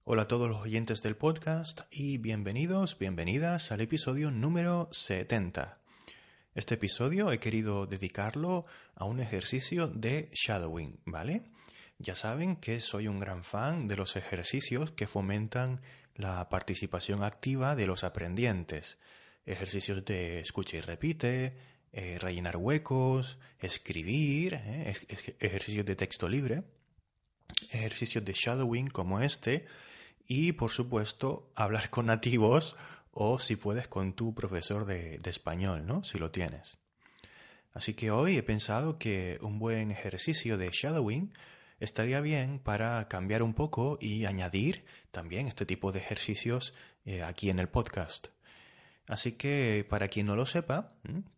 Hola a todos los oyentes del podcast y bienvenidas al episodio número 70. Este episodio he querido dedicarlo a un ejercicio de shadowing, ¿vale? Ya saben que soy un gran fan de los ejercicios que fomentan la participación activa de los aprendientes. Ejercicios de escucha y repite, rellenar huecos, escribir, ejercicios de texto libre, ejercicios de shadowing como este y, por supuesto, hablar con nativos o, si puedes, con tu profesor de español, ¿no? Si lo tienes. Así que hoy he pensado que un buen ejercicio de shadowing estaría bien para cambiar un poco y añadir también este tipo de ejercicios aquí en el podcast. Así que para quien no lo sepa,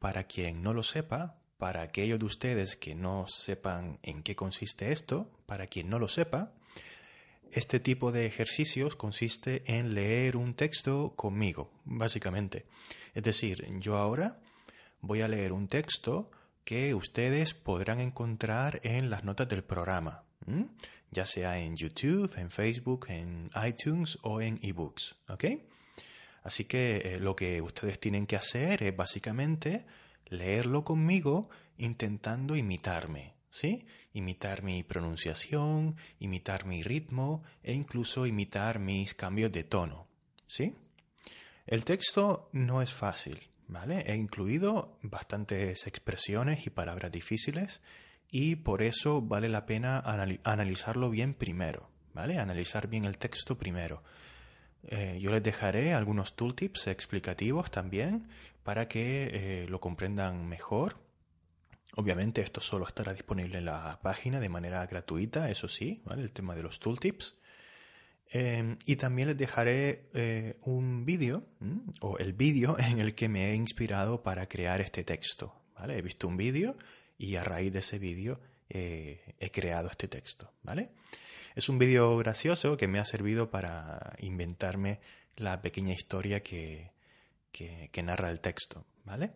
para aquellos de ustedes que no sepan en qué consiste esto, para quien no lo sepa, este tipo de ejercicios consiste en leer un texto conmigo, básicamente. Es decir, yo ahora voy a leer un texto que ustedes podrán encontrar en las notas del programa, ya sea en YouTube, en Facebook, en iTunes o en eBooks, ¿ok? Así que lo que ustedes tienen que hacer es básicamente leerlo conmigo intentando imitarme, ¿sí? Imitar mi pronunciación, imitar mi ritmo e incluso imitar mis cambios de tono, ¿sí? El texto no es fácil, ¿vale? He incluido bastantes expresiones y palabras difíciles y por eso vale la pena analizarlo bien primero, ¿vale? Analizar bien el texto primero. Yo les dejaré algunos tooltips explicativos también para que lo comprendan mejor. Obviamente esto solo estará disponible en la página de manera gratuita, eso sí, ¿vale? El tema de los tooltips. Y también les dejaré un vídeo, o el vídeo en el que me he inspirado para crear este texto, ¿vale? He visto un vídeo y a raíz de ese vídeo he creado este texto, ¿vale? Es un vídeo gracioso que me ha servido para inventarme la pequeña historia que narra el texto, ¿vale?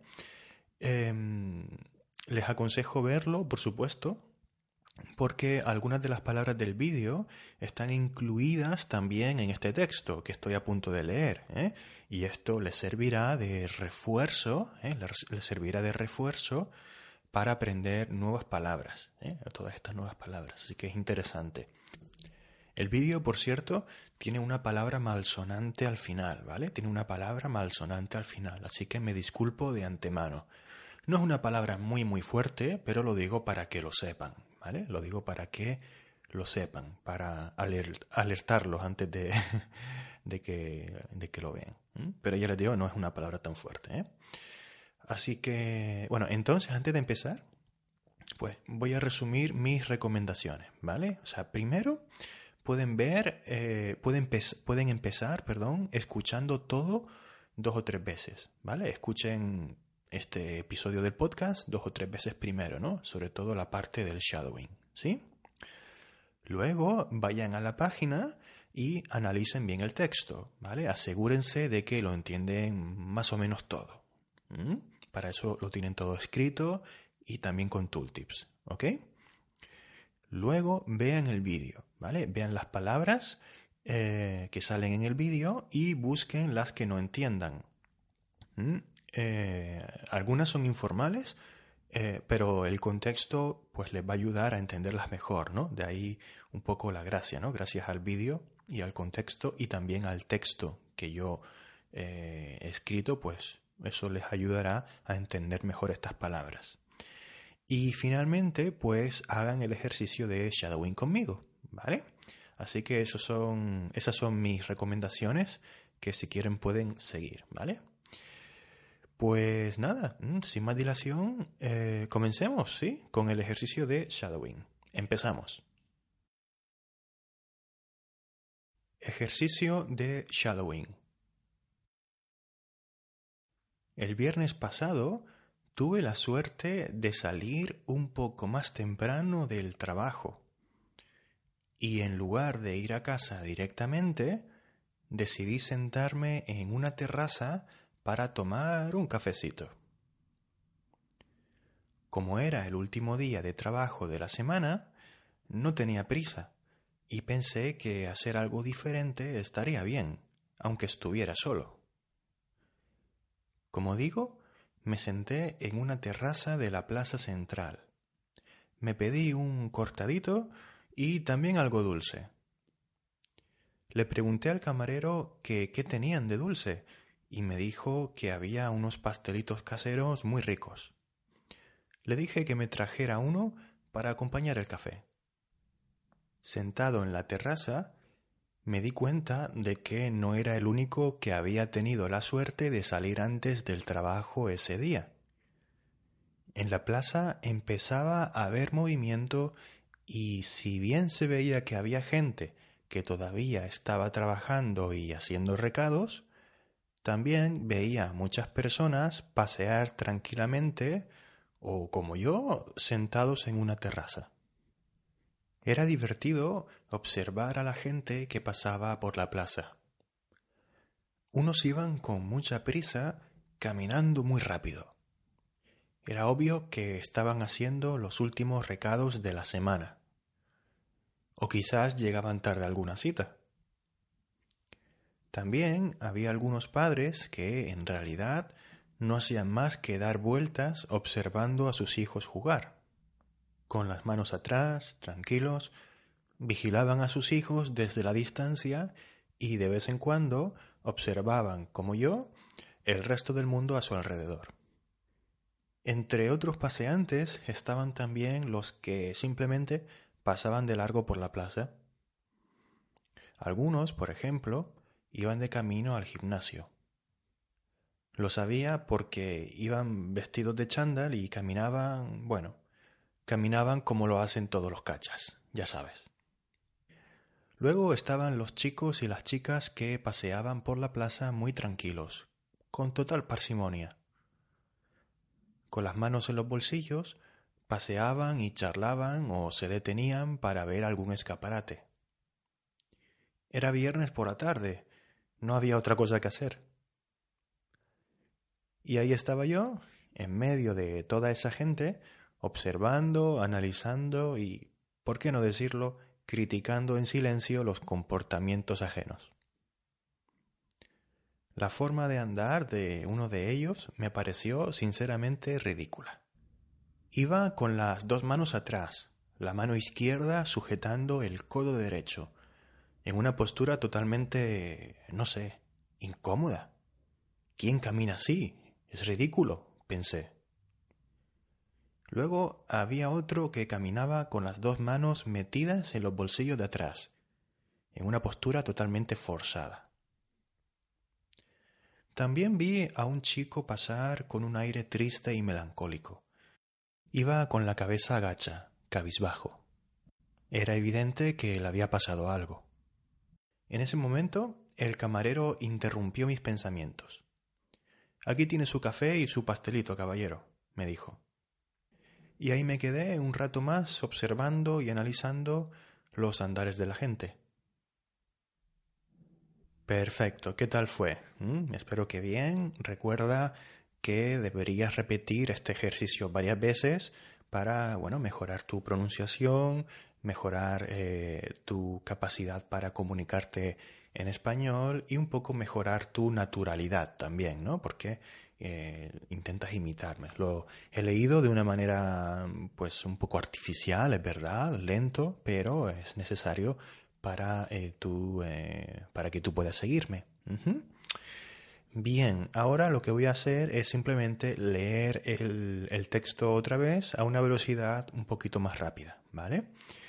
Les aconsejo verlo, por supuesto, porque algunas de las palabras del vídeo están incluidas también en este texto que estoy a punto de leer, ¿eh? Y esto les servirá de refuerzo, les servirá de refuerzo para aprender nuevas palabras, todas estas nuevas palabras. Así que es interesante. El vídeo, por cierto, tiene una palabra malsonante al final, ¿vale? Tiene una palabra malsonante al final, así que me disculpo de antemano. No es una palabra muy fuerte, pero lo digo para que lo sepan, ¿vale? Lo digo para que lo sepan, para alertarlos antes de que lo vean. Pero ya les digo, no es una palabra tan fuerte, ¿eh? Así que, bueno, entonces, antes de empezar, pues voy a resumir mis recomendaciones, ¿vale? O sea, primero pueden empezar, escuchando todo 2 o 3 veces, ¿vale? Escuchen este episodio del podcast 2 o 3 veces primero, ¿no? Sobre todo la parte del shadowing, ¿sí? Luego vayan a la página y analicen bien el texto, ¿vale? Asegúrense de que lo entienden más o menos todo. Para eso lo tienen todo escrito y también con tooltips, ¿ok? Luego vean el vídeo, ¿vale? Vean las palabras que salen en el vídeo y busquen las que no entiendan. Algunas son informales, pero el contexto pues les va a ayudar a entenderlas mejor, ¿no? De ahí un poco la gracia, ¿no? Gracias al vídeo y al contexto y también al texto que yo he escrito, pues eso les ayudará a entender mejor estas palabras. Y finalmente, pues hagan el ejercicio de shadowing conmigo, ¿vale? Así que esas son mis recomendaciones que si quieren pueden seguir, ¿vale? Pues nada, sin más dilación, comencemos, ¿sí? Con el ejercicio de shadowing. Empezamos. Ejercicio de shadowing. El viernes pasado tuve la suerte de salir un poco más temprano del trabajo y en lugar de ir a casa directamente, decidí sentarme en una terraza para tomar un cafecito. Como era el último día de trabajo de la semana, no tenía prisa y pensé que hacer algo diferente estaría bien, aunque estuviera solo. Como digo, me senté en una terraza de la plaza central. Me pedí un cortadito y también algo dulce. Le pregunté al camarero que qué tenían de dulce y me dijo que había unos pastelitos caseros muy ricos. Le dije que me trajera uno para acompañar el café. Sentado en la terraza, me di cuenta de que no era el único que había tenido la suerte de salir antes del trabajo ese día. En la plaza empezaba a haber movimiento y si bien se veía que había gente que todavía estaba trabajando y haciendo recados, también veía a muchas personas pasear tranquilamente o, como yo, sentados en una terraza. Era divertido observar a la gente que pasaba por la plaza. Unos iban con mucha prisa, caminando muy rápido. Era obvio que estaban haciendo los últimos recados de la semana. O quizás llegaban tarde a alguna cita. También había algunos padres que, en realidad, no hacían más que dar vueltas observando a sus hijos jugar. Con las manos atrás, tranquilos, vigilaban a sus hijos desde la distancia y de vez en cuando observaban, como yo, el resto del mundo a su alrededor. Entre otros paseantes estaban también los que simplemente pasaban de largo por la plaza. Algunos, por ejemplo, iban de camino al gimnasio. Lo sabía porque iban vestidos de chándal y caminaban como lo hacen todos los cachas, ya sabes. Luego estaban los chicos y las chicas que paseaban por la plaza muy tranquilos, con total parsimonia. Con las manos en los bolsillos, paseaban y charlaban o se detenían para ver algún escaparate. Era viernes por la tarde, no había otra cosa que hacer. Y ahí estaba yo, en medio de toda esa gente, observando, analizando y, ¿por qué no decirlo?, criticando en silencio los comportamientos ajenos. La forma de andar de uno de ellos me pareció sinceramente ridícula. Iba con las dos manos atrás, la mano izquierda sujetando el codo derecho, en una postura totalmente, incómoda. ¿Quién camina así? Es ridículo, pensé. Luego había otro que caminaba con las dos manos metidas en los bolsillos de atrás, en una postura totalmente forzada. También vi a un chico pasar con un aire triste y melancólico. Iba con la cabeza agacha, cabizbajo. Era evidente que le había pasado algo. En ese momento, el camarero interrumpió mis pensamientos. «Aquí tiene su café y su pastelito, caballero», me dijo. Y ahí me quedé un rato más observando y analizando los andares de la gente. Perfecto, ¿qué tal fue? Espero que bien. Recuerda que deberías repetir este ejercicio varias veces para, mejorar tu pronunciación, mejorar tu capacidad para comunicarte en español y un poco mejorar tu naturalidad también, ¿no? Porque intentas imitarme. Lo he leído de una manera, pues, un poco artificial, es verdad, lento, pero es necesario para que tú puedas seguirme. Bien, ahora lo que voy a hacer es simplemente leer el texto otra vez a una velocidad un poquito más rápida, ¿vale?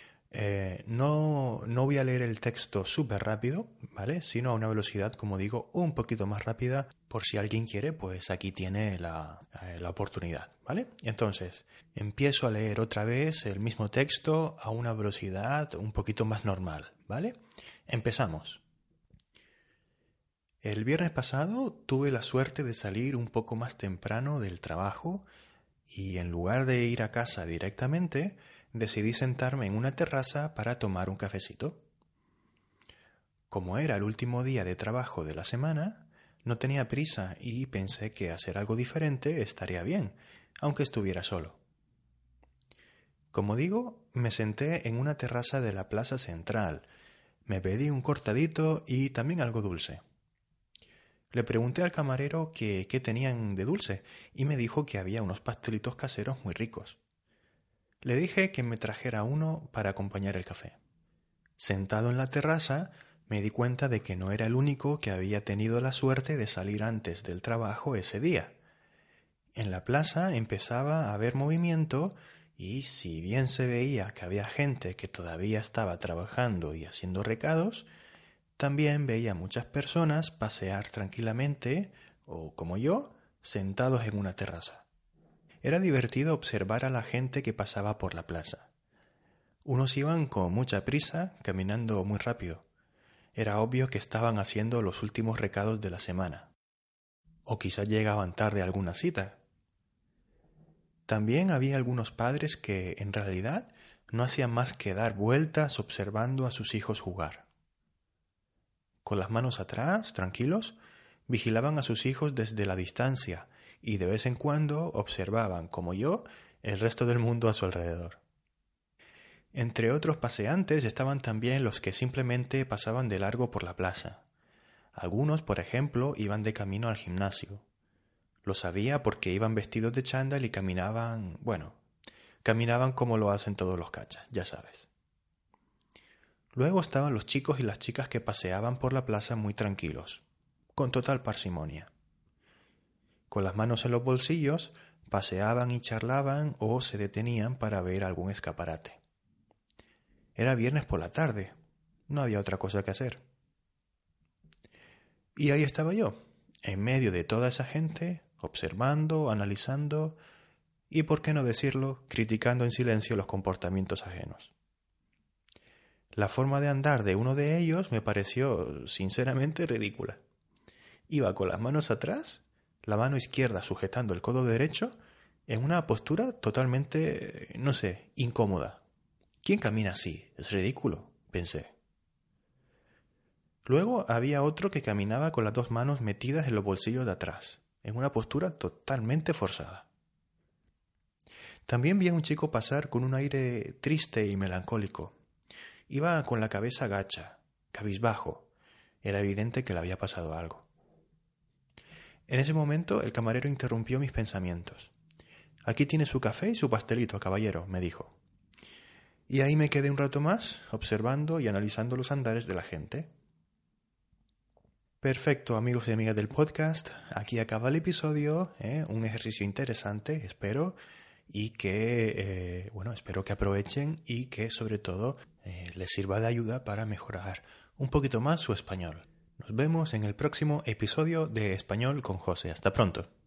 No voy a leer el texto súper rápido, ¿vale? Sino a una velocidad, como digo, un poquito más rápida. Por si alguien quiere, pues aquí tiene la oportunidad, ¿vale? Entonces, empiezo a leer otra vez el mismo texto a una velocidad un poquito más normal, ¿vale? Empezamos. El viernes pasado tuve la suerte de salir un poco más temprano del trabajo y en lugar de ir a casa directamente, decidí sentarme en una terraza para tomar un cafecito. Como era el último día de trabajo de la semana, no tenía prisa y pensé que hacer algo diferente estaría bien, aunque estuviera solo. Como digo, me senté en una terraza de la plaza central. Me pedí un cortadito y también algo dulce. Le pregunté al camarero qué tenían de dulce y me dijo que había unos pastelitos caseros muy ricos. Le dije que me trajera uno para acompañar el café. Sentado en la terraza, me di cuenta de que no era el único que había tenido la suerte de salir antes del trabajo ese día. En la plaza empezaba a haber movimiento y si bien se veía que había gente que todavía estaba trabajando y haciendo recados, también veía muchas personas pasear tranquilamente o, como yo, sentados en una terraza. Era divertido observar a la gente que pasaba por la plaza. Unos iban con mucha prisa, caminando muy rápido. Era obvio que estaban haciendo los últimos recados de la semana. O quizás llegaban tarde a alguna cita. También había algunos padres que, en realidad, no hacían más que dar vueltas observando a sus hijos jugar. Con las manos atrás, tranquilos, vigilaban a sus hijos desde la distancia y de vez en cuando observaban, como yo, el resto del mundo a su alrededor. Entre otros paseantes estaban también los que simplemente pasaban de largo por la plaza. Algunos, por ejemplo, iban de camino al gimnasio. Lo sabía porque iban vestidos de chándal y caminaban como lo hacen todos los cachas, ya sabes. Luego estaban los chicos y las chicas que paseaban por la plaza muy tranquilos, con total parsimonia. Con las manos en los bolsillos, paseaban y charlaban o se detenían para ver algún escaparate. Era viernes por la tarde, no había otra cosa que hacer. Y ahí estaba yo, en medio de toda esa gente, observando, analizando y, por qué no decirlo, criticando en silencio los comportamientos ajenos. La forma de andar de uno de ellos me pareció sinceramente ridícula. Iba con las manos atrás, la mano izquierda sujetando el codo derecho, en una postura totalmente, incómoda. ¿Quién camina así? Es ridículo, pensé. Luego había otro que caminaba con las dos manos metidas en los bolsillos de atrás, en una postura totalmente forzada. También vi a un chico pasar con un aire triste y melancólico. Iba con la cabeza gacha, cabizbajo. Era evidente que le había pasado algo. En ese momento el camarero interrumpió mis pensamientos. «Aquí tiene su café y su pastelito, caballero», me dijo. Y ahí me quedé un rato más, observando y analizando los andares de la gente. Perfecto, amigos y amigas del podcast. Aquí acaba el episodio, un ejercicio interesante, espero, y que, espero que aprovechen y que, sobre todo, les sirva de ayuda para mejorar un poquito más su español. Nos vemos en el próximo episodio de Español con José. Hasta pronto.